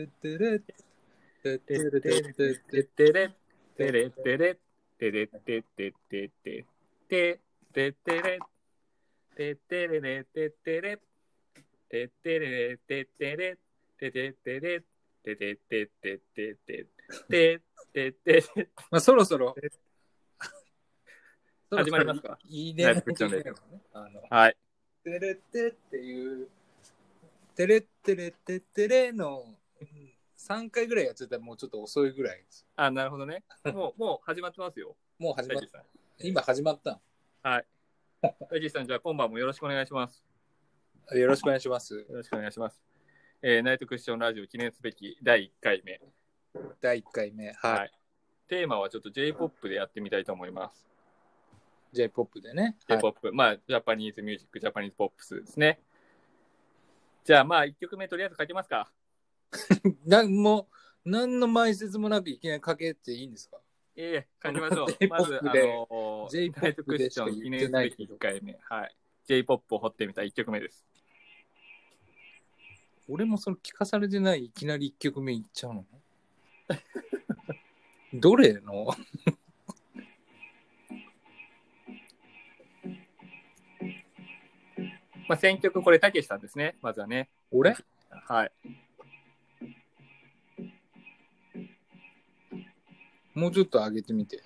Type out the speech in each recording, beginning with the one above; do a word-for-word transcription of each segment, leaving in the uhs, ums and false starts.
テレテテテレテレテテテレテレテレテレテテテテテテテレテテレレテテレテテレレテテレテテテレテテテテテテテテテまあそろそろ始まりますか？ いいね。 はい。 テレテっていうテレテレテテレのさんかいぐらいやってたらもうちょっと遅いぐらいです。 あ、なるほどね。もうもう始まってますよ。 もう始まっ大地さん。 今始まった。 はい。大地さん、じゃあ今晩もよろしくお願いします。 よろしくお願いします。 よろしくお願いします。えー、ナイトクッションラジオ記念すべきだいいっかいめ。 だいいっかいめ。はい。はい、 テーマはちょっと J-ポップ でやってみたいと思います。 J-ポップ でね。 J-ポップ、はい、まあ、ジャパニーズミュージック、ジャパニーズポップスですね。じゃあまあ、いっきょくめとりあえずかけますか。 なんもう、何の前説もなくいきなりかけていいんですか？ いえいえ、かけましょう。まず、あのー、 J-ポップナイトクッション記念すべきいっかいめ。はい。J-ポップ を掘ってみたいっきょくめです。 俺もその聞かされてないいきなりいっきょくめいっちゃうのどれのまあ、選曲これたけしさんですね。まずはね。 俺はい。 もうちょっと上げてみて。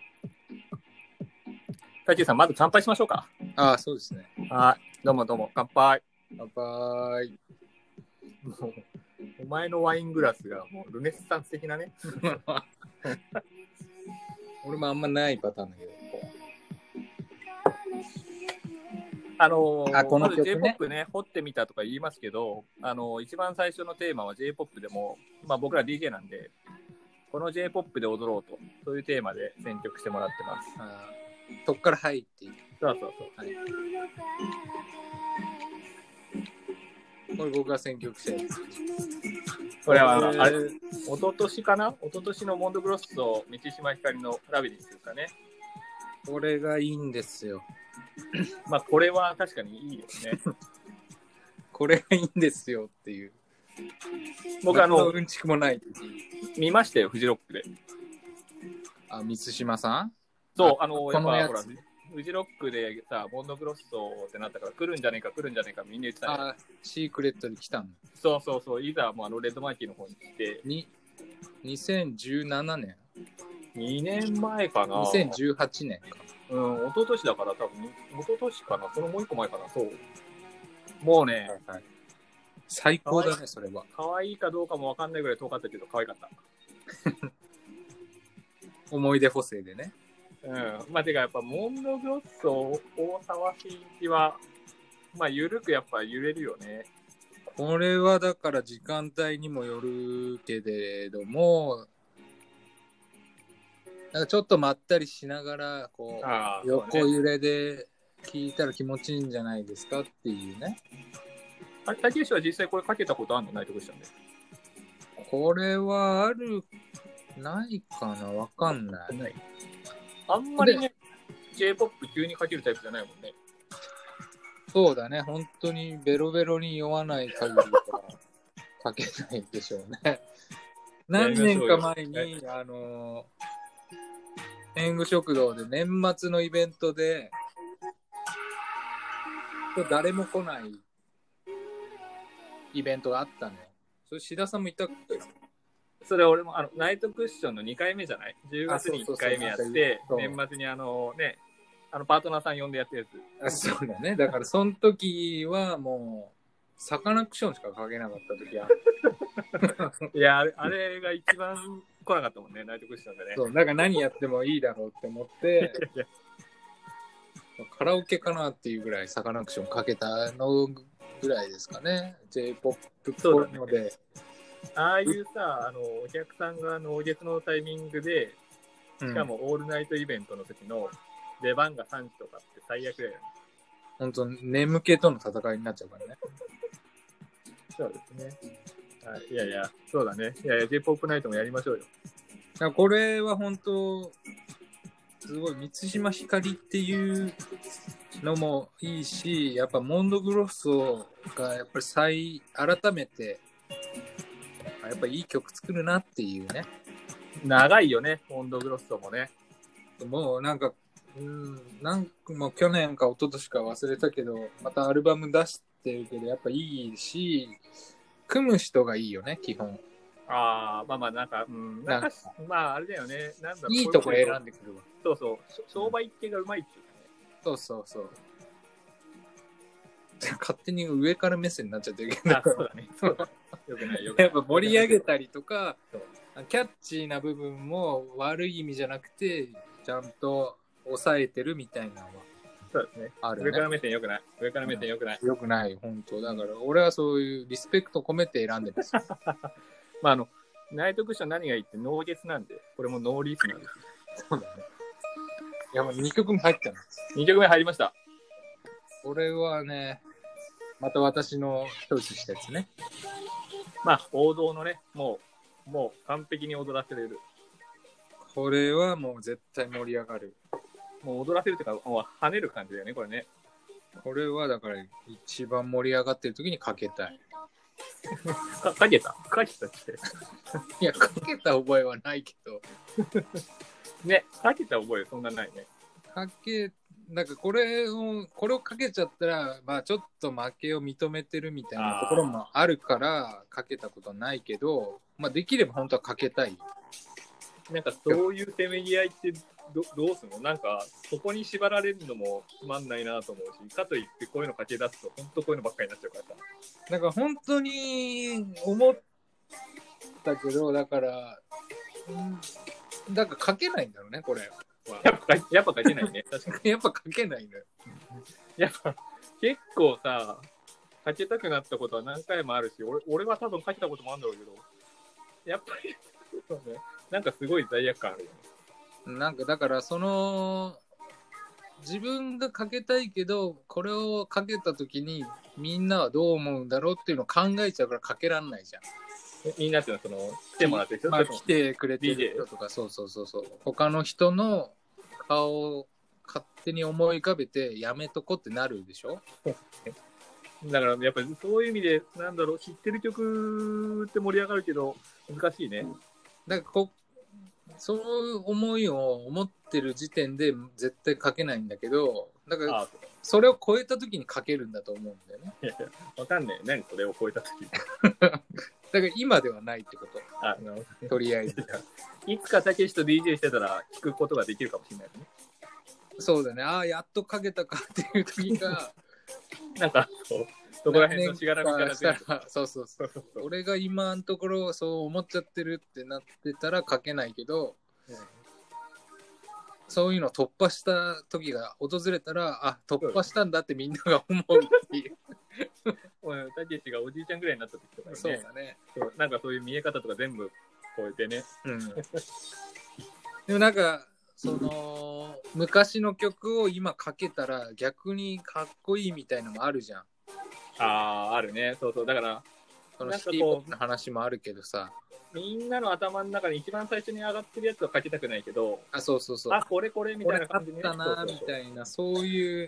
たけしさん、まず乾杯しましょうか。 ああ、そうですね。 はい。どうもどうも、乾杯。 乾杯。 もうお前のワイングラスがもうルネッサンス的なね。 俺もあんまないパターンだけど。 あのー、 あこの曲ね、 J-ポップ ね、掘ってみたとか言いますけど、あのー、一番最初のテーマは J-ポップ でも、まあ僕ら ディージェー なんで、この J-ポップ で踊ろうと、そういうテーマで選曲してもらってます。 あそっから入っていい。 そうそうそう。はい、 これ僕が選曲してる。 これは、あれ、一昨年かな一昨年のモンドグロッソ、満島ひかりのラビリンスですかね。 これがいいんですよ。 まあ、これは確かにいいですね。 これがいいんですよっていう。 僕、あの、 うんちくもない。 見ましたよ、フジロックで。 あ、満島さん？ そう、あの、 このやつ。 やっぱほら、フジロックでさ、モンドグロッソってなったから来るんじゃねえか来るんじゃねえかみんな言ってたね。 あ、シークレットに来たの。 そうそうそう、いざもうあのレッドマーキーの方に来て。 ににせんじゅうななねんにねんまえかな。 にせんじゅうはちねんか。 うん、一昨年だから多分、一昨年かな、そのもう一個前かな、そう。もうね、 はいはい、最高だね、それは。 可愛いかどうかもわかんないぐらい遠かったけど、可愛かった。 思い出補正でね。 うん。まあ、てかやっぱ、モンドグロッソ、大沢慎一は、まあ、ゆるくやっぱ揺れるよね。 これはだから時間帯にもよるけれども、なんかちょっとまったりしながら、こう、横揺れで聞いたら気持ちいいんじゃないですかっていうね。 あれ、竹内は実際これかけたことあるの？ナイトクッションで。 これはある、ないかな、わかんない。ない。 あんまりね、J-ポップ 急にかけるタイプじゃないもんね。 そうだね、本当にベロベロに酔わない限りはかけないでしょうね。何年か前に、あの、天狗食堂で年末のイベントで、誰も来ないイベントがあったのよ。それ、志田さんもいたっけ？ それ俺もあのナイトクッションのにかいめじゃない？ じゅう 月にいっかいめやって、年末にあのね、あのパートナーさん呼んでやったやつ。 あ、そうだね。だからその時はもう、サカナクションしかかけなかった時は。 いやあれ、あれが一番来なかったもんね、ナイトクッションでね。 そう、だから何やってもいいだろうって思って、カラオケかなっていうぐらいサカナクションかけたのぐらいですかね。J-ポップ っぽいので。 ああいうさ、あのお客さんがあのお月のタイミングで、しかもオールナイトイベントの時の出番がさんじとかって最悪だよね。 本当眠気との戦いになっちゃうからね。 そうですね。はい、いやいや、そうだね。いやいや、J-ポップ ナイトもやりましょうよ。 これは本当、すごい満島ひかりっていうのもいいし、やっぱモンドグロッソがやっぱり再改めてやっぱいい曲作るなっていうね。 長いよね、モンドグロッソもね。 もうなんか、うん、なんかもう去年か一昨年か忘れたけど、またアルバム出してるけど、やっぱいいし、組む人がいいよね、基本。 ああ、まあまあ、なんか、うん、なんか、まあ、あれだよね。なんだろう。 いいとこ選んでくるわ。 そうそう。商売系がうまいっていうかね。 そうそうそう。勝手に上から目線になっちゃってるけど。 あ、そうだね。そうだね。よくないよくない。 やっぱ盛り上げたりとか、キャッチーな部分も悪い意味じゃなくて、ちゃんと抑えてるみたいなのは。 そうですね。 あるね。 上から目線よくない。上から目線よくない。 よくない、本当。だから、俺はそういうリスペクト込めて選んでます。 まあ、あの、ナイトクッション何がいいってノーゲスなんで、これもノーリースなんですよ。 そうだね。いや、もうにきょくめ入ったんです。 にきょくめ入りました。 これはね、また私のチョイスしたやつね。 まあ、王道のね、もう、もう完璧に踊らせれる。 これはもう絶対盛り上がる。 もう踊らせるっていうか、もう跳ねる感じだよね、これね。 これはだから一番盛り上がってる時にかけたい。 か, かけたかけたって。 いや、かけた覚えはないけど。 ね、かけた覚えそんなないね。 かけ、なんかこれを、これをかけちゃったら、まあちょっと負けを認めてるみたいなところもあるから、かけたことないけど、まあできれば本当はかけたい。 なんかそういうせめぎ合いってどどうするの？なんかそこに縛られるのもつまんないなと思うし、かといってこういうのかけ出すと本当こういうのばっかりになっちゃうからさ。 なんか本当に思ったけど、だから、うん、だからかけないんだろうね、これは。 やっぱやっぱかけないね。確かにやっぱかけないのよ。 やっぱ結構さ、かけたくなったことは何回もあるし、俺俺は多分かけたこともあるんだろうけど、やっぱりそうね、なんかすごい罪悪感あるよね。 なんかだからその自分がかけたいけどこれをかけた時にみんなはどう思うんだろうっていうのを考えちゃうからかけらんないじゃん。 みんなっていうのはその来てもらってる人、 まあ、来てくれてる人とか、そうそうそうそう、他の人の顔を勝手に思い浮かべてやめとこってなるでしょ。 だからやっぱりそういう意味でなんだろう、知ってる曲って盛り上がるけど難しいね。 だからこそういう思いを思ってる時点で絶対書けないんだけど、だからそれを超えた時に書けるんだと思うんだよね。 いやいや、わかんない。何それを超えた時だから今ではないってこと。 あのとりあえず。 いつかたけしと ディージェー してたら聞くことができるかもしれないね。 そうだね。ああ、やっと書けたかっていう時が、 なんかそう、そこら辺のしがらみから出る。そうそうそう。俺が今のところそう思っちゃってるってなってたら書けないけど、うん、そういうのを突破した時が訪れたら、あ、突破したんだってみんなが思うっていう。 たけしがおじいちゃんぐらいになった時とかね。 そうだね。 そうなんかそういう見え方とか全部超えてね。 うん、でもなんか、その昔の曲を今かけたら逆にかっこいいみたいのもあるじゃん。 ああ、あるね。そうそう。だから、 そのシティポップの話もあるけどさ。 みんなの頭の中に一番最初に上がってるやつはかけたくないけど、 あ、そうそうそう。 あ、これこれみたいな感じで、ね。これあったなみたいな、そういう、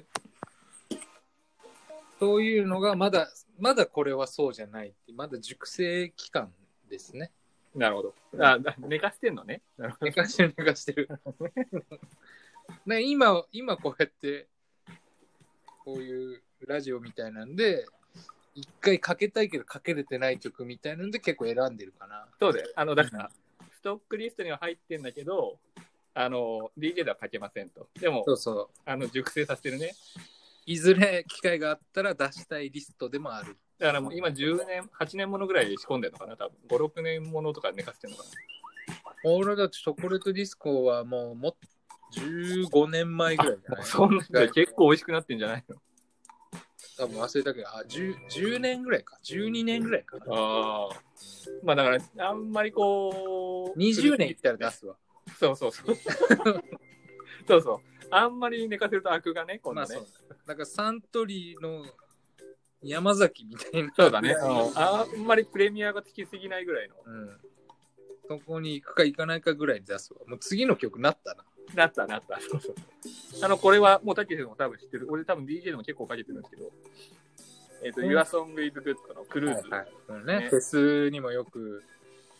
そういうのがまだ、まだこれはそうじゃないって、まだ熟成期間ですね。 なるほど。あ、寝かしてんのね。 寝かしてる寝かしてる。ね、今、今こうやって、こういうラジオみたいなんで、一回かけたいけどかけれてない曲みたいなので結構選んでるかな。 そうだよ。あの、だから、ストックリストには入ってんだけど、あの、ディージェー ではかけませんと。でも、 そうそう。 あの、熟成させてるね。 いずれ機会があったら出したいリストでもある。 だからもう今じゅうねん、はちねんものぐらい仕込んでるのかな、多分。ご、ろくねんものとか寝かせてるのかな。 俺だってチョコレートディスコはもうもじゅうごねんまえぐらいじゃない？ そんな結構美味しくなってんじゃないの？ 多分忘れたけど、あ、じゅう、じゅうねんぐらいか。じゅうにねんぐらいか。 ああ。まあだから、あんまりこう。 にじゅうねんいったら出すわ。 そうそうそう。そうそう。あんまり寝かせるとアクがね、今度ね。まあ、そうだからサントリーの山崎みたいな。 そうだね。あんまりプレミアがつきすぎないぐらいの。 うん。そこに行くか行かないかぐらいに出すわ。もう次の曲なったな。 なったなった。そうそう。あの、これはもうたけしも多分知ってる。俺多分 ディージェー でも結構かけてるんですけど。えっ、ー、と、うん、Your Song is Good のクルーズ。 はいはい、ね。フェスにもよく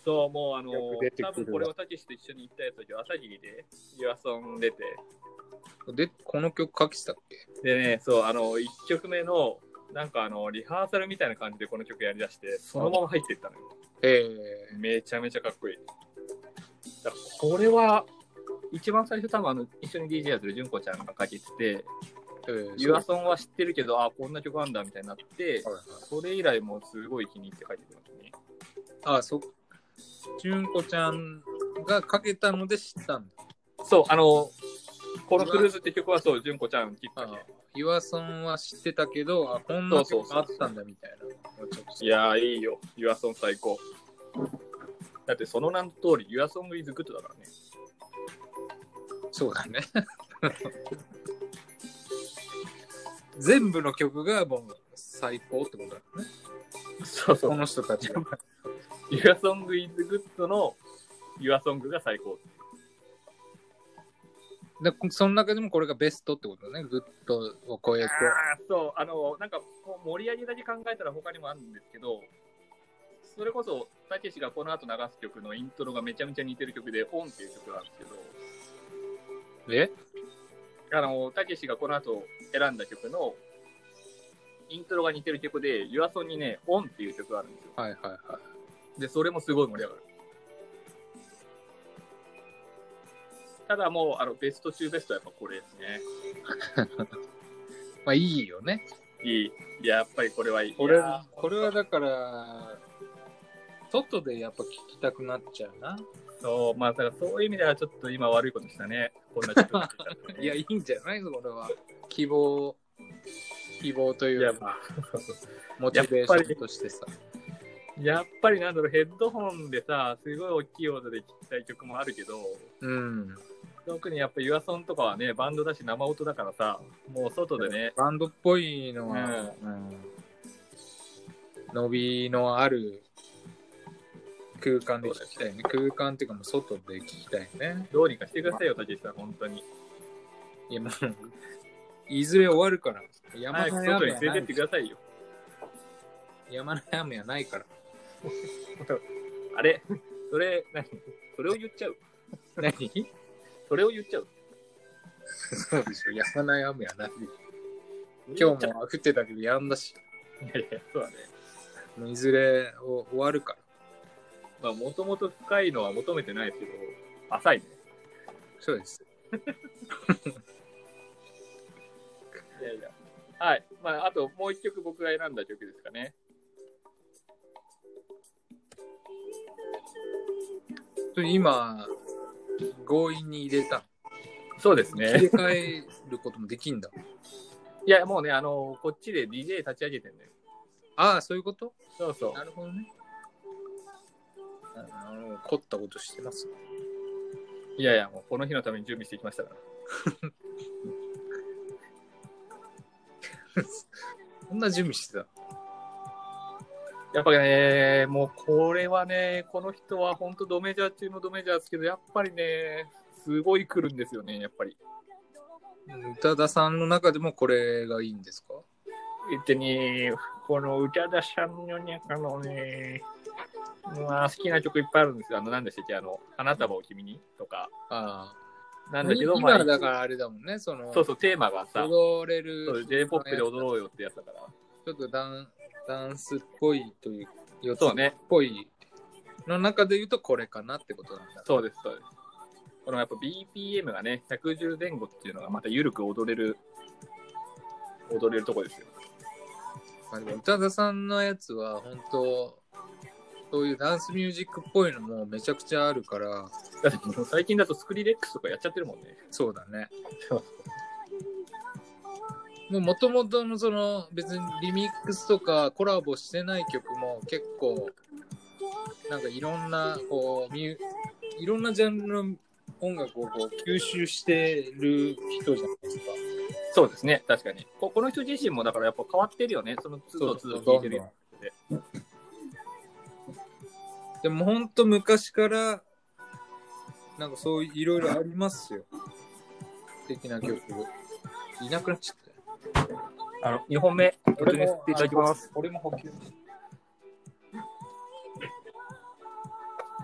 そう、もうあのよく出てくるわ多分これをたけしと一緒に行ったやつだけど、朝霧でユアソン出て、 で、この曲書きてたっけ？ でね、そう、あの、いっきょくめの、なんかあの、リハーサルみたいな感じでこの曲やりだして、そのまま入っていったのよ。 えー、 めちゃめちゃかっこいい。だからこれは、一番最初多分あの、一緒に ディージェー やってる純子ちゃんが書いてて、 えー、 ユアソンは知ってるけど、あ、こんな曲あんだみたいになって、 はいはい、 それ以来もうすごい気に入って書いてきますね。 あ、そ、純子ちゃんが書けたので知ったんだ。 そう、あの、このクルーズって曲はそう、純子ちゃんきっかけ。 ユアソンは知ってたけど、あ、こんな曲あったんだみたいな。 いやー、いいよ。ユアソン最高。だってその名の通り、ユアソングイズグッドだからね。 そうだね。全部の曲がもう最高ってことだね。 そうそう。 この人たちは。 ユアソングイズグッドのユアソングが最高。 で、その中でもこれがベストってことだね。グッドを超えて。 ああ、そう。あの、なんか盛り上げだけ考えたら他にもあるんですけど、それこそ、たけしがこの後流す曲のイントロがめちゃめちゃ似てる曲で、オンっていう曲なんですけど、 えあの、たけしがこの後選んだ曲のイントロが似てる曲で、ユアソンにね、オンっていう曲があるんですよ。 はいはいはい。 で、それもすごい盛り上がる。ただもう、あの、ベスト中ベストはやっぱこれですね。 まあいいよね。 いい。やっぱりこれはいい。 これは、これはだから、外でやっぱ聞きたくなっちゃうな。 そう、まあ、だからそういう意味ではちょっと今悪いことしたね。こんな曲が出ちゃってねいや、いいんじゃないのこれは。希望、希望というか、モチベーションとしてさ。 やっぱりなんだろう、ヘッドホンでさ、すごい大きい音で聴きたい曲もあるけど、 うん。 特にやっぱユアソンとかはね、バンドだし生音だからさ、もう外でね。 バンドっぽいのは、うん、伸びのある空間で聴きたいね。空間っていうかもう外で聴きたいね。 どうにかしてくださいよ、たけしさん、本当に。 いや、もう、いずれ終わるから。 山の外に連れてってくださいよ。 山の雨はないから。 あれそれ、何それを言っちゃう何それを言っちゃうそうでしょ。山の雨はない。今日も降ってたけどやんだし。 いやいや、そうだね。 もういずれ終わるから。 まあ、もともと深いのは求めてないですけど、浅いね。 そうです。 いやいや。はい。まあ、あともう一曲僕が選んだ曲ですかね。 今、強引に入れた。 そうですね。 入れ替えることもできんだ。 いや、もうね、あの、こっちで ディージェー 立ち上げてんだよ。 ああ、そういうこと？ そうそう。 なるほどね。あの凝ったことしてます。 いやいや、もうこの日のために準備してきましたから。 こんな準備してた。 やっぱりね、もうこれはね、この人は本当ドメジャー中のドメジャーですけど、やっぱりね、すごい来るんですよね、やっぱり。 宇多田さんの中でもこれがいいんですか？ 言ってね、この宇多田さんの中のね、まあ好きな曲いっぱいあるんですよ。あの、なんでしたっけ、あの、花束を君にとか。 ああ。 なんだけど、 今はだからあれだもんね、その、 そうそう、テーマがさ、 踊れる。 そう、J-ポップ で踊ろうよってやつだから。 ちょっとダンダンスっぽいという、四つっそうね。 ぽいの中で言うとこれかなってことなんだ、ね。 そうです、そうです。このやっぱ ビーピーエム がね、ひゃくじゅう前後っていうのがまた緩く踊れる、踊れるとこですよ。 まあ、でも宇多田さんのやつは本当そういうダンスミュージックっぽいのもめちゃくちゃあるから。 だってもう最近だとスクリレックスとかやっちゃってるもんね。 そうだね。もともとのその別にリミックスとかコラボしてない曲も結構なんかいろんなこうミュいろんなジャンルの音楽をこう吸収してる人じゃないですか。 そうですね、確かに。こ, この人自身もだからやっぱ変わってるよね。その都度都度聴いてるよ。 でも本当昔からなんかそういろいろありますよ。素敵な曲いなくなっちゃった。 あのにほんめ俺もいただきます。 俺も補給。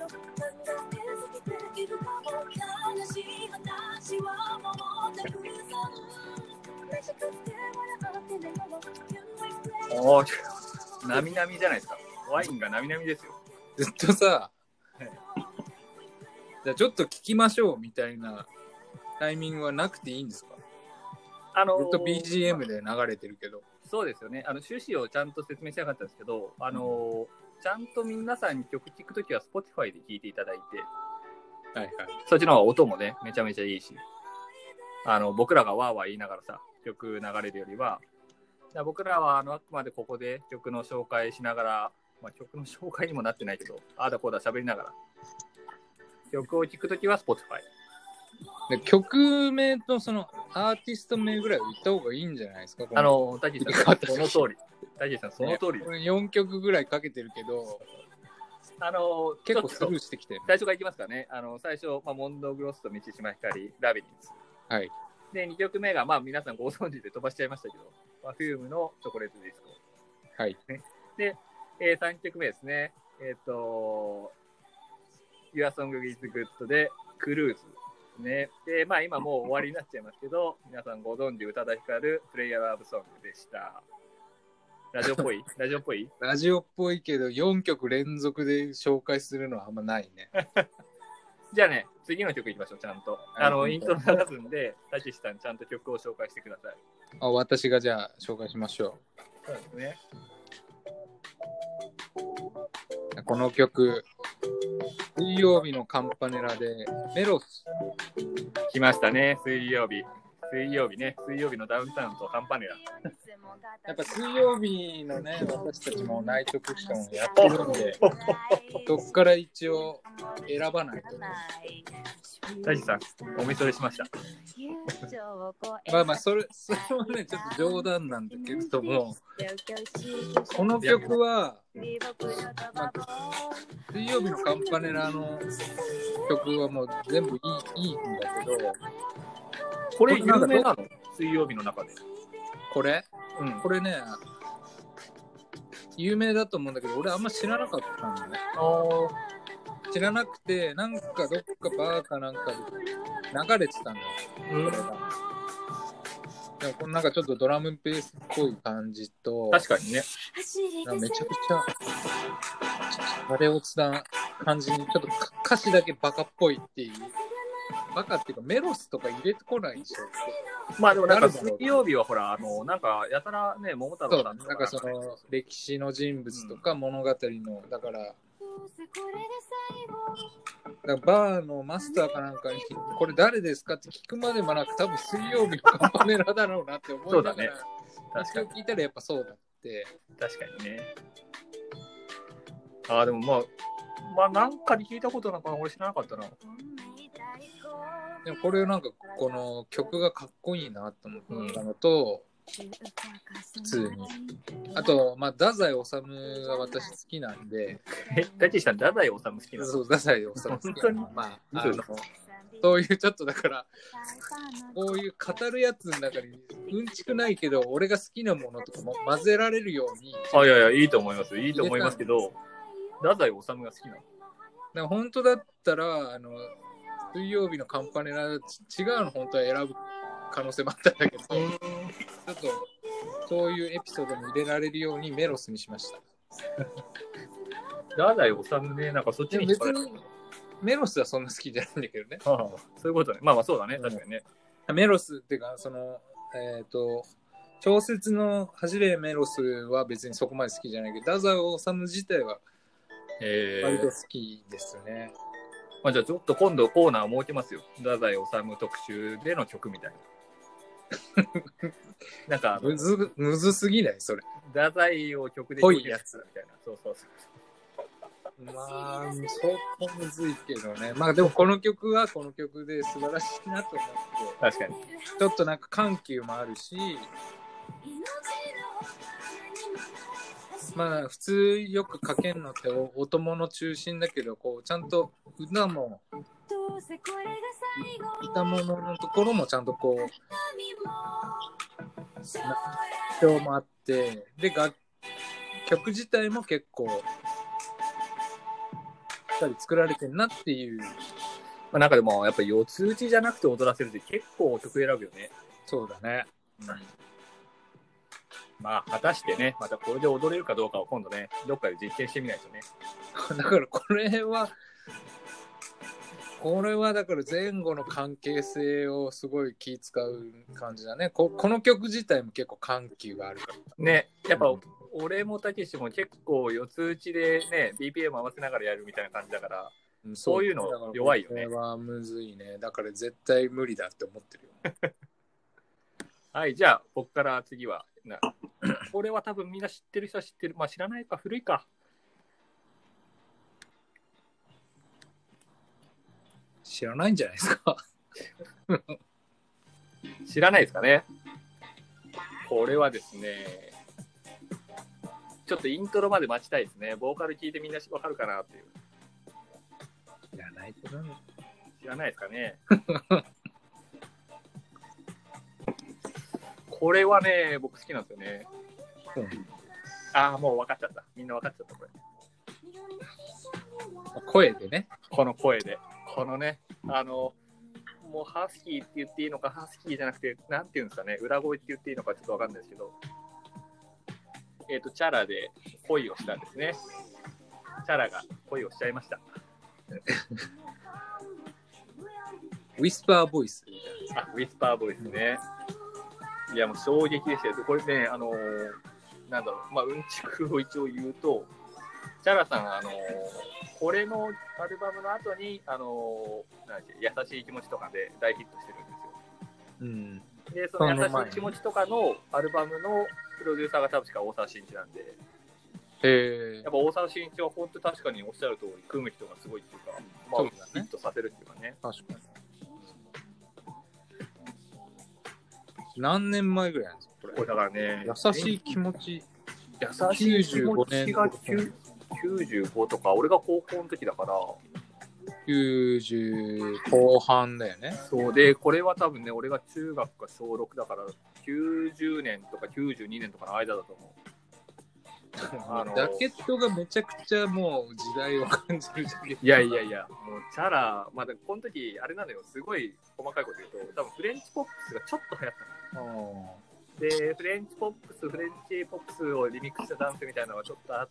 おー、なみなみじゃないですか。ワインがなみなみですよ。 ずっとさ、 はい、 じゃあちょっと聞きましょうみたいなタイミングはなくていいんですか？ あのー、 ずっと ビージーエム で流れてるけど。 そうですよね。あの趣旨をちゃんと説明したかったんですけど、あのー、ちゃんと皆さんに曲聴くときは Spotify で聴いていただいて、 はいはい。 そっちの方が音もね、めちゃめちゃいいし、あの僕らがワーワー言いながらさ、曲流れるよりは、僕らはあのあくまでここで曲の紹介しながら、まあ、曲の紹介にもなってないけど、ああだこうだ喋りながら、曲を聴くときは Spotify。 で曲名とそのアーティスト名ぐらいは言った方がいいんじゃないですか？ あの、タジさん、その通り。タジさん、その通り。 ね、よんきょくぐらいかけてるけど、 あの結構スルーしてきてる。 最初からいきますかね。あの最初、まあ、モンドグロスと満島ひかり、ラビリンス。 はい。 で、にきょくめが、まあ、皆さんご存知で飛ばしちゃいましたけど、Perfume のチョコレートディスコ。 はい。 で、えー、さんきょくめですね。えっ、ー、と、Your Song is Good で、クルーズ。ね、で、まあ今もう終わりになっちゃいますけど、皆さんご存知、宇多田ヒカル、プレイヤーラブソングでした。ラジオっぽいラジオっぽいラジオっぽいけど、よんきょく連続で紹介するのはあんまないね。 じゃあね、次の曲いきましょう、ちゃんと。あの、イントロ流すんで、たけしさん、ちゃんと曲を紹介してください。 あ、私がじゃあ紹介しましょう。そうですね。 この曲、水曜日のカンパネラでメロス。 来ましたね、水曜日。水曜日ね、水曜日のダウンタウンとカンパネラ。 やっぱ水曜日のね、私たちもナイトクッションをやってるんで、どっから一応選ばないとね。 大地さん、お見それしました。 まあまあ、それ、それはね、ちょっと冗談なんだけれども、この曲は、まあ、水曜日のカンパネラの曲はもう全部いい、いいんだけど、 これ有名なの？水曜日の中で。 これ？ うん。 これね、有名だと思うんだけど、俺あんま知らなかったんだね。知らなくて、なんかどっかバーかなんかで流れてたんだよ。うん、これが。でもこのなんかちょっとドラムベースっぽい感じと、 確かにね。 めちゃくちゃ、あれ落ちた感じに、ちょっと歌詞だけバカっぽいっていう。バカっていうかメロスとか入れてこないんでしょ。 まあでもなんか水曜日はほら、あの、なんかやたらね、桃太郎さんとか、 なんかその歴史の人物とか物語の、だから、だからバーのマスターかなんかにこれ誰ですかって聞くまでもなく多分水曜日のカンパネラだろうなって思いながら、ね、確かに聞いたらやっぱそうだって。 確かにね。ああでもまあまあなんかに聞いたことなんか俺知らなかったな。 でもこれなんかこの曲がかっこいいなと思ったのと、うん、普通にあとまあ太宰治が私好きなんで。 え、大地さん太宰治好きなの？ そう太宰治好きなの。本当にまああのそういうちょっとだからこういう語るやつの中にうんちくないけど俺が好きなものとかも混ぜられるように。 あいやいやいいと思いますいいと思いますけど太宰治が好きなの？だから本当だったらあの水曜日のカンパネラ違うの本当は選ぶ可能性もあったんだけど、ちょっとそういうエピソードに入れられるようにメロスにしました。 太宰治ね、なんかそっちに別にメロスはそんな好きじゃないんだけどね。 ああそういうことね。まあまあそうだね、確かにね。 メロスっていうかそのえっ、ー、と小説の走れメロスは別にそこまで好きじゃないけど、太宰治自体は割と好きですね。 まあ、じゃあちょっと今度コーナー設けますよ。太宰治特集での曲みたいな。なんかむずむずすぎないそれ。 太宰を曲で聴いやつみたいな。そうそうそう。 まあ相当むずいけどね。まあでもこの曲はこの曲で素晴らしいなと思って。 確かに。 ちょっとなんか緩急もあるし。まあ普通よくかけんのって音物中心だけどこうちゃんと歌も歌物のところもちゃんとこう主張もあってで楽曲自体も結構かり作られてんなっていう。 まあ、なんかでもやっぱり四つ打ちじゃなくて踊らせるって結構曲選ぶよね。 そうだね。 うん、まあ果たしてね、またこれで踊れるかどうかを今度ね、どっかで実験してみないとね。 だからこれは、これはだから前後の関係性をすごい気使う感じだね。こ, この曲自体も結構緩急があるから。 ね、やっぱ、うん、俺もたけしも結構四つ打ちでね、ビーピーエム 合わせながらやるみたいな感じだから、うん、そういうの弱いよね。 これはむずいね。だから絶対無理だって思ってるよ。 はい、じゃあ僕から次はな。これは多分みんな知ってる人は知ってる。まあ知らないか、古いか。 知らないんじゃないですか。 知らないですかね。これはですね、ちょっとイントロまで待ちたいですね。ボーカル聞いてみんなわかるかなっていう。 知らないとな。 知らないですかね。これはね、僕好きなんですよね。うん、ああ、もう分かっちゃった。みんな分かっちゃった、これ。 声でね。 この声で。このね、あの、もうハスキーって言っていいのか、ハスキーじゃなくて、なんていうんですかね、裏声って言っていいのかちょっと分かんないですけど、えっと、チャラで恋をしたんですね。チャラが恋をしちゃいました。 ウィスパーボイス。 あ、ウィスパーボイスね。いや、もう衝撃でしたよ。これね、あのー、なんだろう、まあ、うんちくを一応言うと、チャラさん、あのー、これのアルバムの後に、あのー、なんて優しい気持ちとかで大ヒットしてるんですよ。うん。で、その優しい気持ちとかのアルバムのプロデューサーが確か大沢慎一なんで、 へやっぱ大沢慎一は本当確かにおっしゃる通り、組む人がすごいっていうか、まあ、ね、ヒットさせるっていうかね。 確かに。何年前ぐらいなんですかこれ。 これだからね、 優しい気持ち。 優しい気持ちがきゅうじゅうごとか、俺が高校の時だから。 きゅうじゅう後半だよね。 そうで、これは多分ね、俺が中学か小ろくだから、きゅうじゅうねんとかきゅうじゅうにねんとかの間だと思う。 あのジャケットがめちゃくちゃもう時代を感じるジャケット。 いやいやいや、もうチャラ、まだこの時あれなのよ、すごい細かいこと言うと、多分フレンチポップスがちょっと流行ったの。で、フレンチポップス、フレンチポップスをリミックスしたダンスみたいなのがちょっとあって、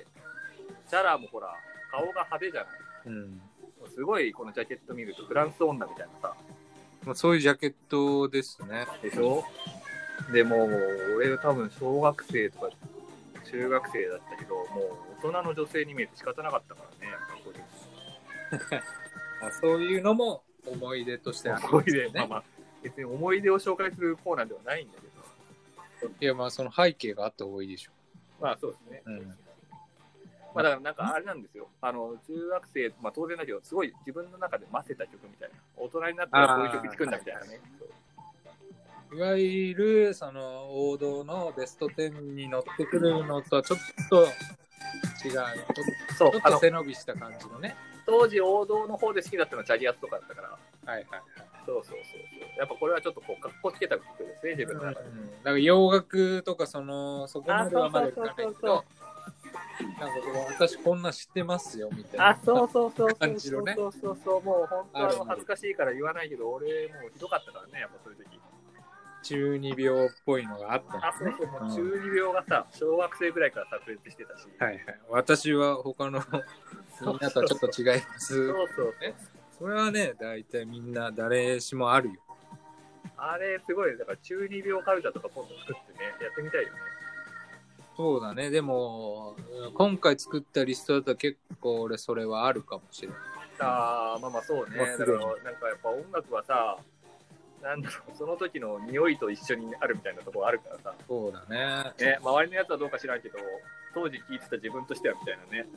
チャラもほら、顔が派手じゃない。うん、すごいこのジャケット見るとフランス女みたいなさ。 まあ、そういうジャケットですね。 でしょ？でもう、俺多分小学生とか中学生だったけど、もう大人の女性に見えて仕方なかったからね、ここあそういうのも思い出としてある、 ね、思い出、まあまあ、別に思い出を紹介するコーナーではないんだけど。 いや、まあその背景があった方がいいでしょ。 まあそうですね。うん、まあだからなんかあれなんですよ。あの、中学生、まあ当然だけど、すごい自分の中で混ぜた曲みたいな。大人になったらこういう曲作るんだみたいなね。 いわゆるその王道のベストじゅうに乗ってくるのとはちょっと違う。そう、ちょっと背伸びした感じのね。 当時王道の方で好きだったのはチャリアスとかだったから。 はいはいはい。 そうそうそうそう。やっぱこれはちょっとこう、かっこつけた曲ですね、自分の中で。 うん、だから洋楽とかその、そこまではまだいかないけど、なんか私こんな知ってますよみたいな。 あ、そうそうそう感じのね。 そうそうそう。もう本当あの恥ずかしいから言わないけど、俺もうひどかったからね、やっぱそういう時。 中二病っぽいのがあったんですね。あ、そうそう、中二病がさ、小学生ぐらいから炸裂してたし。 はいはい。私は他のみんなとはちょっと違います。 そうそうね。それはね、大体みんな誰しもあるよ。 あれ、すごい、だから中二病カルチャーとか今度作ってね、やってみたいよね。 そうだね。でも、今回作ったリストだと結構俺それはあるかもしれない。 ああ、まあまあそうね。だからなんかやっぱ音楽はさ、なんだろう、その時の匂いと一緒にあるみたいなところあるからさ。 そうだね。 ね、周りのやつはどうか知らんけど、当時聴いてた自分としてはみたいなね。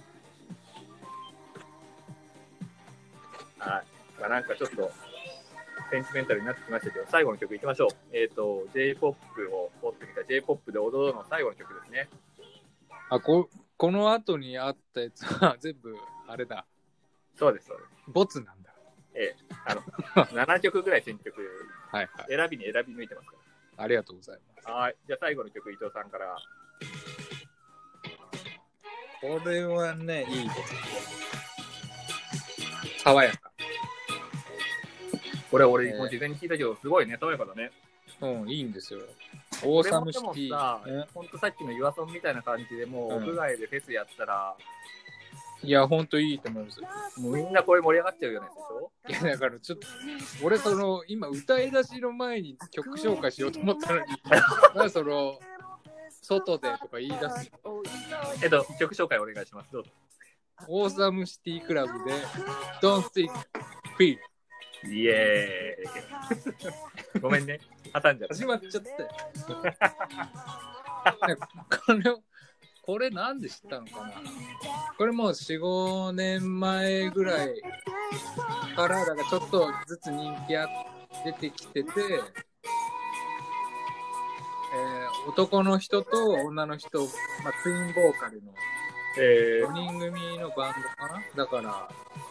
はい。まあなんかちょっと、センチメンタルになってきましたけど、最後の曲いきましょう。えっ、ー、と、J-ポップ を掘ってみた J-ポップ で踊るの最後の曲ですね。 あ、こ、この後にあったやつは全部、あれだ。 そうです、そうです。 ボツなんだ。 ええ、あの、ななきょくぐらい選曲、 はいはい、 選びに選び抜いてますから。 ありがとうございます。 はい。じゃあ最後の曲、伊藤さんから。 これはね、いいです。 爽やか。 これ俺、 えーもう事前に聞いたけど、すごいね、爽やかだね。 うん、いいんですよ。オーサムシテこれもでィ。 もさうん、 ほんとさっきのユアソンみたいな感じでもう、 うん屋外でフェスやったら、 いや、ほんといいと思います。 もうみんなこれ盛り上がっちゃうよねでしょ。 いや、だからちょっと、俺その、今歌い出しの前に曲紹介しようと思ったのに、なんかその、外でとか言い出す。 えっと、曲紹介お願いします。どうぞ。 オーサムシティクラブで、Don't Think Feel。 イエーイ。ごめんね。挟んじゃった。 始まっちゃったよ。これ、これなんで知ったのかな。これもうよん、ごねんまえぐらいから、だからちょっとずつ人気あ出てきてて、えー、男の人と女の人、まあ、ツインボーカルのえよにん組のバンドかな。だから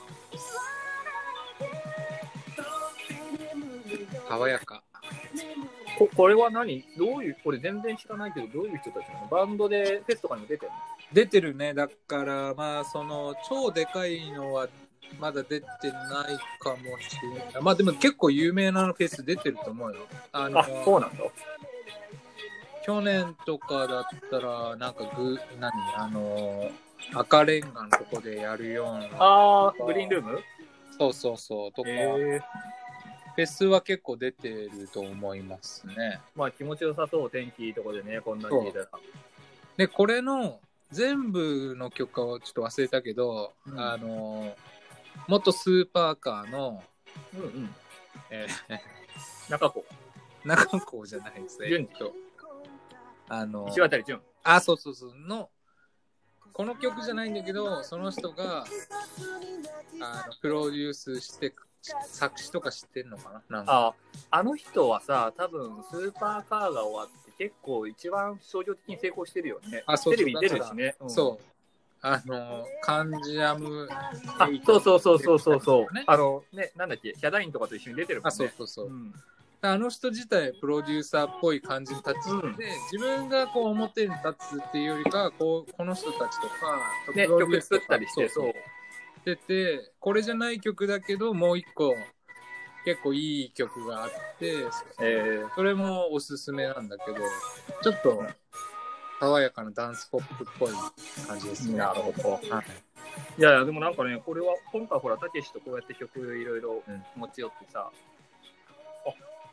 爽やか。 ここれは何どういう、これ全然知らないけど、どういう人たちなの？バンドでフェスとかにも出てるの？ 出てるね。だからまあその超でかいのはまだ出てないかもしれない。まあでも結構有名なフェス出てると思うよ。あのあ、そうなんだ。 去年とかだったらなんかグ何あの赤レンガのとこでやるような。 あー、グリーンルーム？ そうそうそうとか、 えー、 フェスは結構出てると思いますね。 まあ気持ちよさそう、天気いいとこでね、こんなに聞いたら。 でこれの全部の曲をちょっと忘れたけど、 うん、 あの元スーパーカーの、 うんうん。 えー、 中子。 中高じゃないですね。 順次とあの石渡淳。 あ、そうそうそうのこの曲じゃないんだけど、その人があのプロデュースして作詞とか知ってんのかな。なんかあ、あの人はさ、多分スーパーカーが終わって結構一番商業的に成功してるよね。 あ、そうそうテレビに出るしね。うん、 そう。あのカンジャム。 あ、そうそうそうそうそうそう。あのね、なんだっけ、ヒャダインとかと一緒に出てるもんね。 あ、そうそうそう。 うん、 あの人自体プロデューサーっぽい感じに立ちて、うん、自分がこう表に立つっていうよりかこうこの人たちとか、 ね、曲作ったりして、 そう出て、これじゃない曲だけどもう一個結構いい曲があって、えー、それもおすすめなんだけど、ちょっと爽やかなダンスポップっぽい感じですね。 なるほど。はい、いやいや、でもなんかね、これは今回ほらたけしとこうやって曲いろいろ持ち寄ってさ、うん、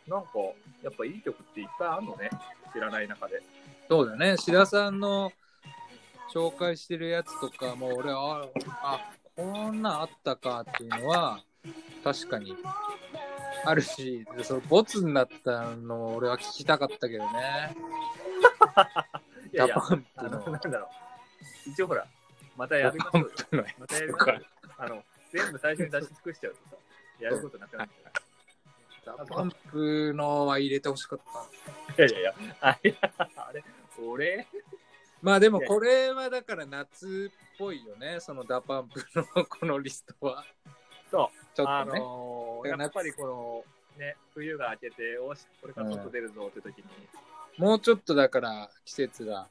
あ、なんかやっぱいい曲っていっぱいあるのね、知らない中で。 そうだね。志田さんの紹介してるやつとかも俺はあこんなんあったかっていうのは確かにあるし、そのボツになったのを俺は聞きたかったけどね。 いやいや、あのなんだろう、一応ほらまたやりましょうよ。またやりましょうよ。あの全部最初に出し尽くしちゃうとさ、やることなくなっちゃう。 ダパンプのは入れてほしかった。 いやいやいや、あれ、あれ俺まあでもこれはだから夏っぽいよね、そのダパンプのこのリストは。 そう、 ちょっとね、 あのー、やっぱりこのね、冬が明けて、おし、これから外出るぞって時に、 うん、もうちょっとだから季節が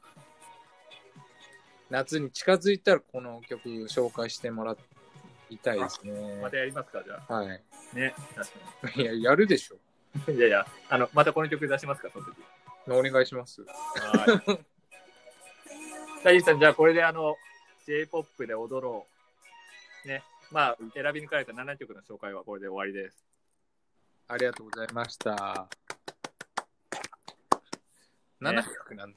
夏に近づいたらこの曲紹介してもらいたいですね。 またやりますか、じゃあ。 はい。 ね、確かに。いや、やるでしょ。 いやいや、あの、またこの曲出しますか、その時。 お願いします。 はい。大地さん、じゃあこれであの J-ポップ で踊ろう。ね。まあ、選び抜かれたななきょくの紹介はこれで終わりです。 ありがとうございました。ななきょくなんだ。